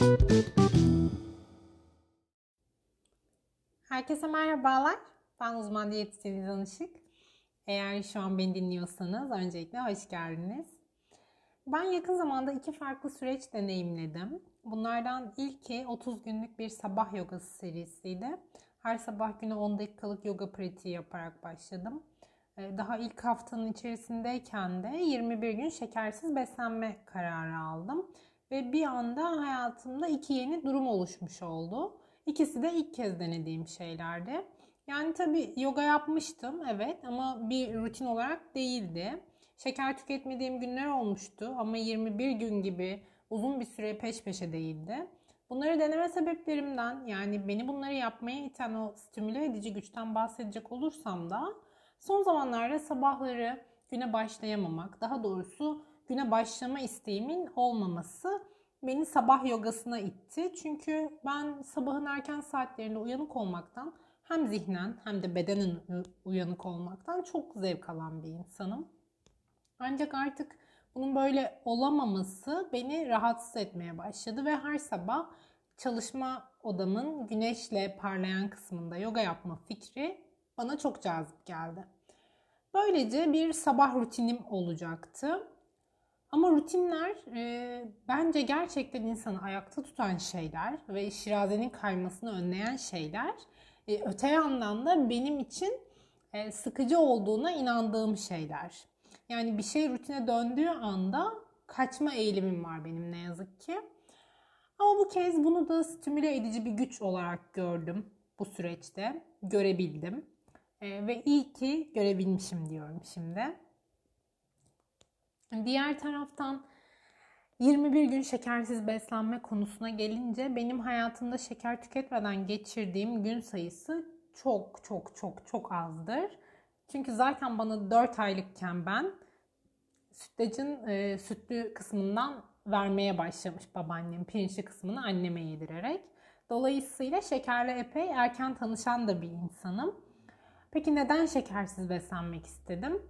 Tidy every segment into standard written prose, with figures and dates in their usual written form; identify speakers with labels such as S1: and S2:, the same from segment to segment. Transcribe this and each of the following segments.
S1: Herkese merhabalar. Ben uzman diyetisyenim Danışık. Eğer şu an beni dinliyorsanız öncelikle hoş geldiniz. Ben yakın zamanda 2 farklı süreç deneyimledim. Bunlardan ilki 30 günlük bir sabah yogası serisiydi. Her sabah günü 10 dakikalık yoga pratiği yaparak başladım. Daha ilk haftanın içerisindeyken de 21 gün şekersiz beslenme kararı aldım. Ve bir anda hayatımda 2 yeni durum oluşmuş oldu. İkisi de ilk kez denediğim şeylerdi. Yani tabii yoga yapmıştım, evet, ama bir rutin olarak değildi. Şeker tüketmediğim günler olmuştu ama 21 gün gibi uzun bir süre peş peşe değildi. Bunları deneme sebeplerimden, yani beni bunları yapmaya iten o stimüle edici güçten bahsedecek olursam da son zamanlarda sabahları güne başlayamamak, daha doğrusu güne başlama isteğimin olmaması beni sabah yogasına itti. Çünkü ben sabahın erken saatlerinde uyanık olmaktan, hem zihnen hem de bedenen uyanık olmaktan çok zevk alan bir insanım. Ancak artık bunun böyle olamaması beni rahatsız etmeye başladı ve her sabah çalışma odamın güneşle parlayan kısmında yoga yapma fikri bana çok cazip geldi. Böylece bir sabah rutinim olacaktı. Ama rutinler bence gerçekten insanı ayakta tutan şeyler ve şirazenin kaymasını önleyen şeyler. Öte yandan da benim için sıkıcı olduğuna inandığım şeyler. Yani bir şey rutine döndüğü anda kaçma eğilimim var benim, ne yazık ki. Ama bu kez bunu da stimüle edici bir güç olarak gördüm bu süreçte. Görebildim. Ve iyi ki görebilmişim diyorum şimdi. Diğer taraftan 21 gün şekersiz beslenme konusuna gelince benim hayatımda şeker tüketmeden geçirdiğim gün sayısı çok çok çok çok azdır. Çünkü zaten bana 4 aylıkken ben sütlacın sütlü kısmından vermeye başlamış babaannem, pirinçli kısmını anneme yedirerek. Dolayısıyla şekerle epey erken tanışan da bir insanım. Peki neden şekersiz beslenmek istedim?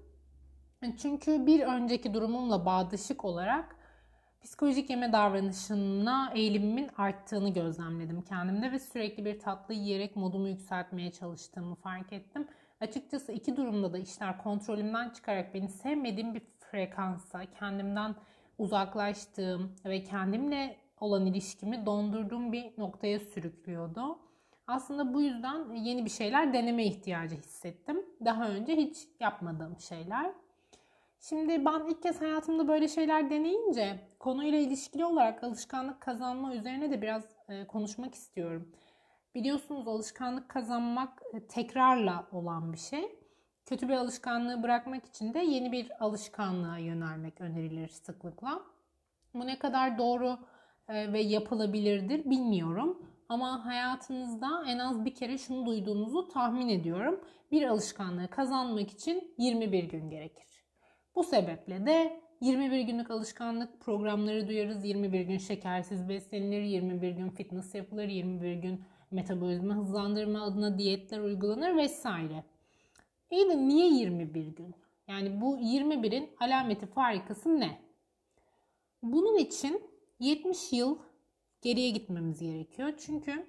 S1: Çünkü bir önceki durumumla bağdaşık olarak psikolojik yeme davranışına eğilimimin arttığını gözlemledim kendimde ve sürekli bir tatlı yiyerek modumu yükseltmeye çalıştığımı fark ettim. Açıkçası iki durumda da işler kontrolümden çıkarak beni sevmediğim bir frekansa, kendimden uzaklaştığım ve kendimle olan ilişkimi dondurduğum bir noktaya sürüklüyordu. Aslında bu yüzden yeni bir şeyler deneme ihtiyacı hissettim. Daha önce hiç yapmadığım şeyler. Şimdi ben ilk kez hayatımda böyle şeyler deneyince konuyla ilişkili olarak alışkanlık kazanma üzerine de biraz konuşmak istiyorum. Biliyorsunuz alışkanlık kazanmak tekrarla olan bir şey. Kötü bir alışkanlığı bırakmak için de yeni bir alışkanlığa yönelmek önerilir sıklıkla. Bu ne kadar doğru ve yapılabilirdir bilmiyorum. Ama hayatınızda en az bir kere şunu duyduğunuzu tahmin ediyorum. Bir alışkanlığı kazanmak için 21 gün gerekir. Bu sebeple de 21 günlük alışkanlık programları duyarız. 21 gün şekersiz beslenilir, 21 gün fitness yapılır, 21 gün metabolizma hızlandırma adına diyetler uygulanır vesaire. İyi de niye 21 gün? Yani bu 21'in alameti farikası ne? Bunun için 70 yıl geriye gitmemiz gerekiyor. Çünkü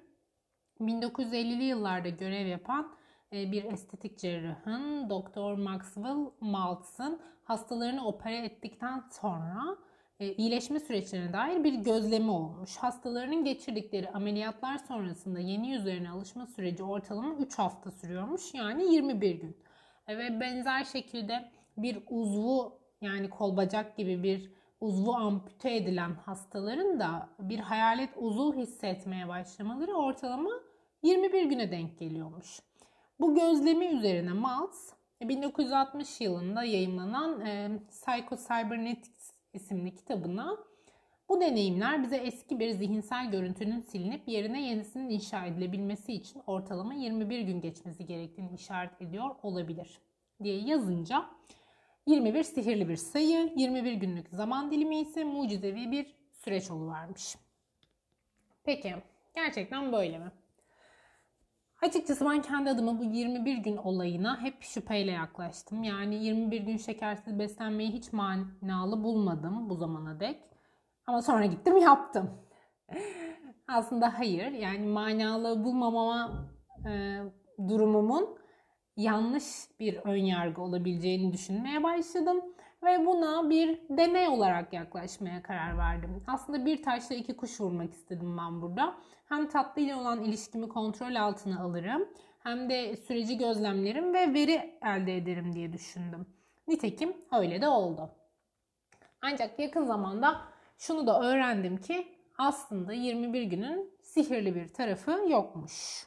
S1: 1950'li yıllarda görev yapan bir estetik cerrahın, Dr. Maxwell Maltz'ın hastalarını opere ettikten sonra iyileşme süreçlerine dair bir gözlemi olmuş. Hastalarının geçirdikleri ameliyatlar sonrasında yeni yüzlerine alışma süreci ortalama 3 hafta sürüyormuş. Yani 21 gün. Ve benzer şekilde bir uzvu, yani kol bacak gibi bir uzvu ampute edilen hastaların da bir hayalet uzuv hissetmeye başlamaları ortalama 21 güne denk geliyormuş. Bu gözlemi üzerine Maltz 1960 yılında yayımlanan Psycho-Cybernetics isimli kitabına bu deneyimler bize eski bir zihinsel görüntünün silinip yerine yenisinin inşa edilebilmesi için ortalama 21 gün geçmesi gerektiğini işaret ediyor olabilir diye yazınca 21 sihirli bir sayı, 21 günlük zaman dilimi ise mucizevi bir süreç oluvermiş. Peki, gerçekten böyle mi? Açıkçası ben kendi adıma bu 21 gün olayına hep şüpheyle yaklaştım. Yani 21 gün şekersiz beslenmeyi hiç manalı bulmadım bu zamana dek. Ama sonra gittim yaptım. Aslında hayır. Yani manalı bulmamama durumumun yanlış bir önyargı olabileceğini düşünmeye başladım. Ve buna bir deney olarak yaklaşmaya karar verdim. Aslında bir taşla iki kuş vurmak istedim ben burada. Hem tatlı ile olan ilişkimi kontrol altına alırım, hem de süreci gözlemlerim ve veri elde ederim diye düşündüm. Nitekim öyle de oldu. Ancak yakın zamanda şunu da öğrendim ki aslında 21 günün sihirli bir tarafı yokmuş.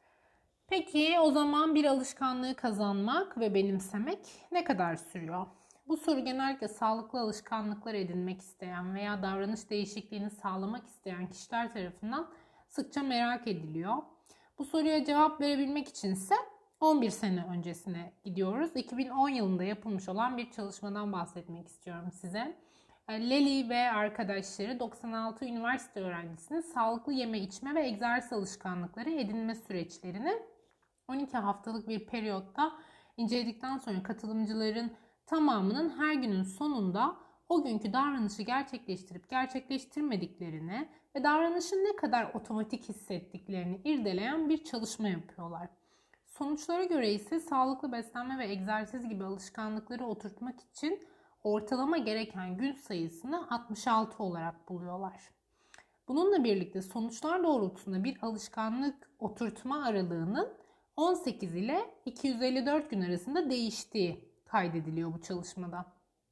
S1: Peki o zaman bir alışkanlığı kazanmak ve benimsemek ne kadar sürüyor? Bu soru genellikle sağlıklı alışkanlıklar edinmek isteyen veya davranış değişikliğini sağlamak isteyen kişiler tarafından sıkça merak ediliyor. Bu soruya cevap verebilmek içinse 11 sene öncesine gidiyoruz. 2010 yılında yapılmış olan bir çalışmadan bahsetmek istiyorum size. Lely ve arkadaşları 96 üniversite öğrencisinin sağlıklı yeme içme ve egzersiz alışkanlıkları edinme süreçlerini 12 haftalık bir periyotta inceledikten sonra katılımcıların tamamının her günün sonunda o günkü davranışı gerçekleştirip gerçekleştirmediklerini ve davranışın ne kadar otomatik hissettiklerini irdeleyen bir çalışma yapıyorlar. Sonuçlara göre ise sağlıklı beslenme ve egzersiz gibi alışkanlıkları oturtmak için ortalama gereken gün sayısını 66 olarak buluyorlar. Bununla birlikte sonuçlar doğrultusunda bir alışkanlık oturtma aralığının 18 ile 254 gün arasında değiştiği kaydediliyor bu çalışmada.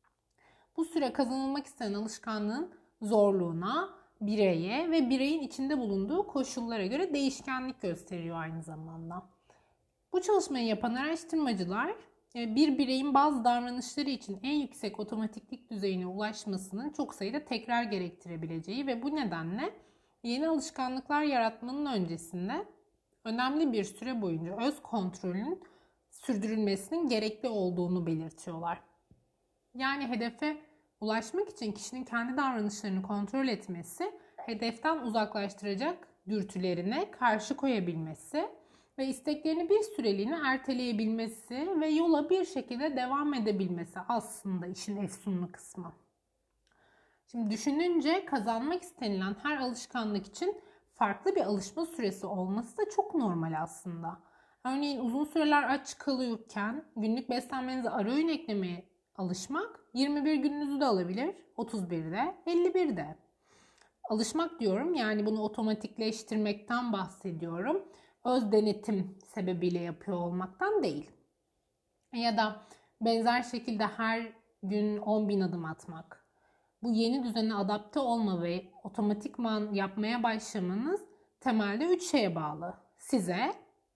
S1: Bu süre kazanılmak istenen alışkanlığın zorluğuna, bireye ve bireyin içinde bulunduğu koşullara göre değişkenlik gösteriyor aynı zamanda. Bu çalışmayı yapan araştırmacılar bir bireyin bazı davranışları için en yüksek otomatiklik düzeyine ulaşmasının çok sayıda tekrar gerektirebileceği ve bu nedenle yeni alışkanlıklar yaratmanın öncesinde önemli bir süre boyunca öz kontrolün sürdürülmesinin gerekli olduğunu belirtiyorlar. Yani hedefe ulaşmak için kişinin kendi davranışlarını kontrol etmesi, hedeften uzaklaştıracak dürtülerine karşı koyabilmesi ve isteklerini bir süreliğine erteleyebilmesi ve yola bir şekilde devam edebilmesi aslında işin efsunlu kısmı. Şimdi düşününce kazanmak istenilen her alışkanlık için farklı bir alışma süresi olması da çok normal aslında. Örneğin uzun süreler aç kalıyorken günlük beslenmenize ara öğün eklemeye alışmak 21 gününüzü de alabilir, 31'de, 51'de. Alışmak diyorum, yani bunu otomatikleştirmekten bahsediyorum. Öz denetim sebebiyle yapıyor olmaktan değil. Ya da benzer şekilde her gün 10.000 adım atmak. Bu yeni düzene adapte olma ve otomatikman yapmaya başlamanız temelde 3 şeye bağlı. Size,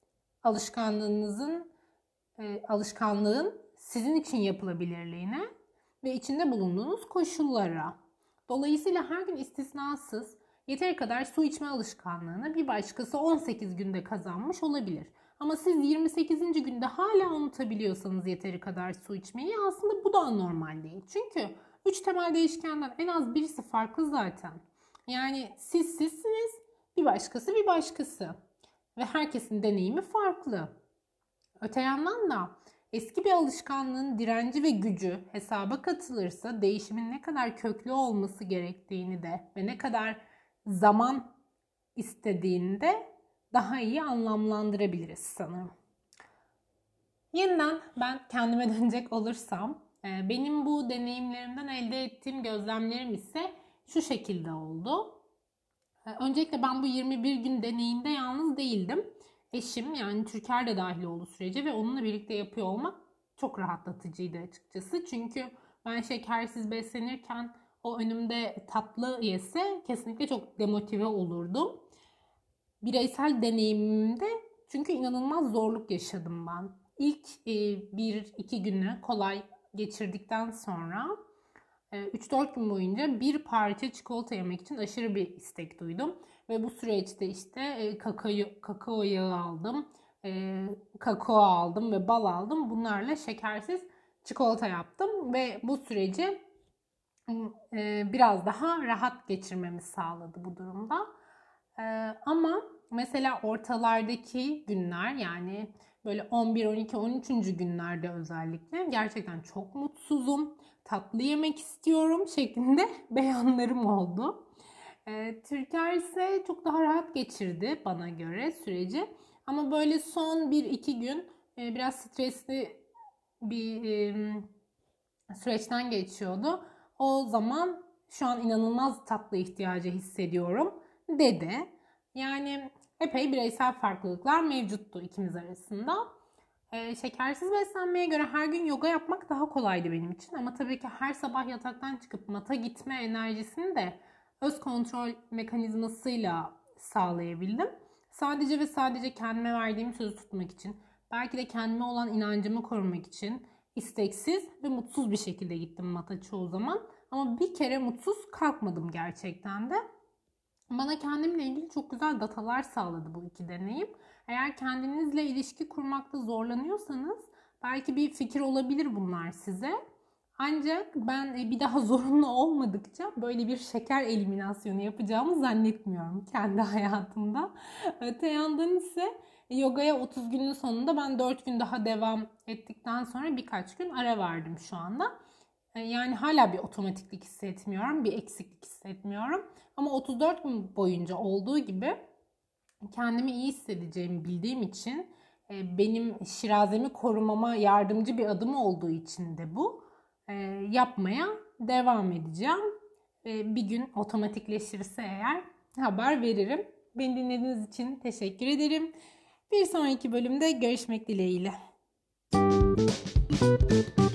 S1: alışkanlığın sizin için yapılabilirliğine ve içinde bulunduğunuz koşullara. Dolayısıyla her gün istisnasız yeteri kadar su içme alışkanlığını bir başkası 18 günde kazanmış olabilir. Ama siz 28. günde hala unutabiliyorsanız yeteri kadar su içmeyi, aslında bu da normal değil. Çünkü 3 temel değişkenden en az birisi farklı zaten. Yani siz sizsiniz, bir başkası bir başkası. Ve herkesin deneyimi farklı. Öte yandan da eski bir alışkanlığın direnci ve gücü hesaba katılırsa değişimin ne kadar köklü olması gerektiğini de ve ne kadar zaman istediğini de daha iyi anlamlandırabiliriz sanırım. Yeniden ben kendime dönecek olursam, benim bu deneyimlerimden elde ettiğim gözlemlerim ise şu şekilde oldu. Öncelikle ben bu 21 gün deneyimde yalnız değildim. Eşim, yani Türker de dahil oldu sürece ve onunla birlikte yapıyor olmak çok rahatlatıcıydı açıkçası. Çünkü ben şekersiz beslenirken o önümde tatlı yese kesinlikle çok demotive olurdum. Bireysel deneyimimde çünkü inanılmaz zorluk yaşadım ben. İlk 1-2 günü kolay geçirdikten sonra 3-4 gün boyunca bir parça çikolata yemek için aşırı bir istek duydum. Ve bu süreçte işte kakao yağı aldım, kakao aldım ve bal aldım. Bunlarla şekersiz çikolata yaptım ve bu süreci biraz daha rahat geçirmemi sağladı bu durumda. Ama mesela ortalardaki günler, yani böyle 11, 12, 13. günlerde özellikle gerçekten çok mutsuzum, tatlı yemek istiyorum şeklinde beyanlarım oldu. Türker ise çok daha rahat geçirdi bana göre süreci. Ama böyle son 1-2 gün biraz stresli bir süreçten geçiyordu. O zaman şu an inanılmaz tatlı ihtiyacı hissediyorum dedi. Yani epey bireysel farklılıklar mevcuttu ikimiz arasında. Şekersiz beslenmeye göre her gün yoga yapmak daha kolaydı benim için. Ama tabii ki her sabah yataktan çıkıp mata gitme enerjisini de öz kontrol mekanizmasıyla sağlayabildim. Sadece ve sadece kendime verdiğim sözü tutmak için, belki de kendime olan inancımı korumak için isteksiz ve mutsuz bir şekilde gittim mata çoğu zaman. Ama bir kere mutsuz kalkmadım gerçekten de. Bana kendimle ilgili çok güzel datalar sağladı bu iki deneyim. Eğer kendinizle ilişki kurmakta zorlanıyorsanız belki bir fikir olabilir bunlar size. Ancak ben bir daha zorunlu olmadıkça böyle bir şeker eliminasyonu yapacağımı zannetmiyorum kendi hayatımda. Öte yandan ise yogaya 30 günün sonunda ben 4 gün daha devam ettikten sonra birkaç gün ara verdim şu anda. Yani hala bir otomatiklik hissetmiyorum, bir eksiklik hissetmiyorum. Ama 34 gün boyunca olduğu gibi kendimi iyi hissedeceğimi bildiğim için benim şirazemi korumama yardımcı bir adım olduğu için de bu yapmaya devam edeceğim. Bir gün otomatikleşirse eğer haber veririm. Beni dinlediğiniz için teşekkür ederim. Bir sonraki bölümde görüşmek dileğiyle.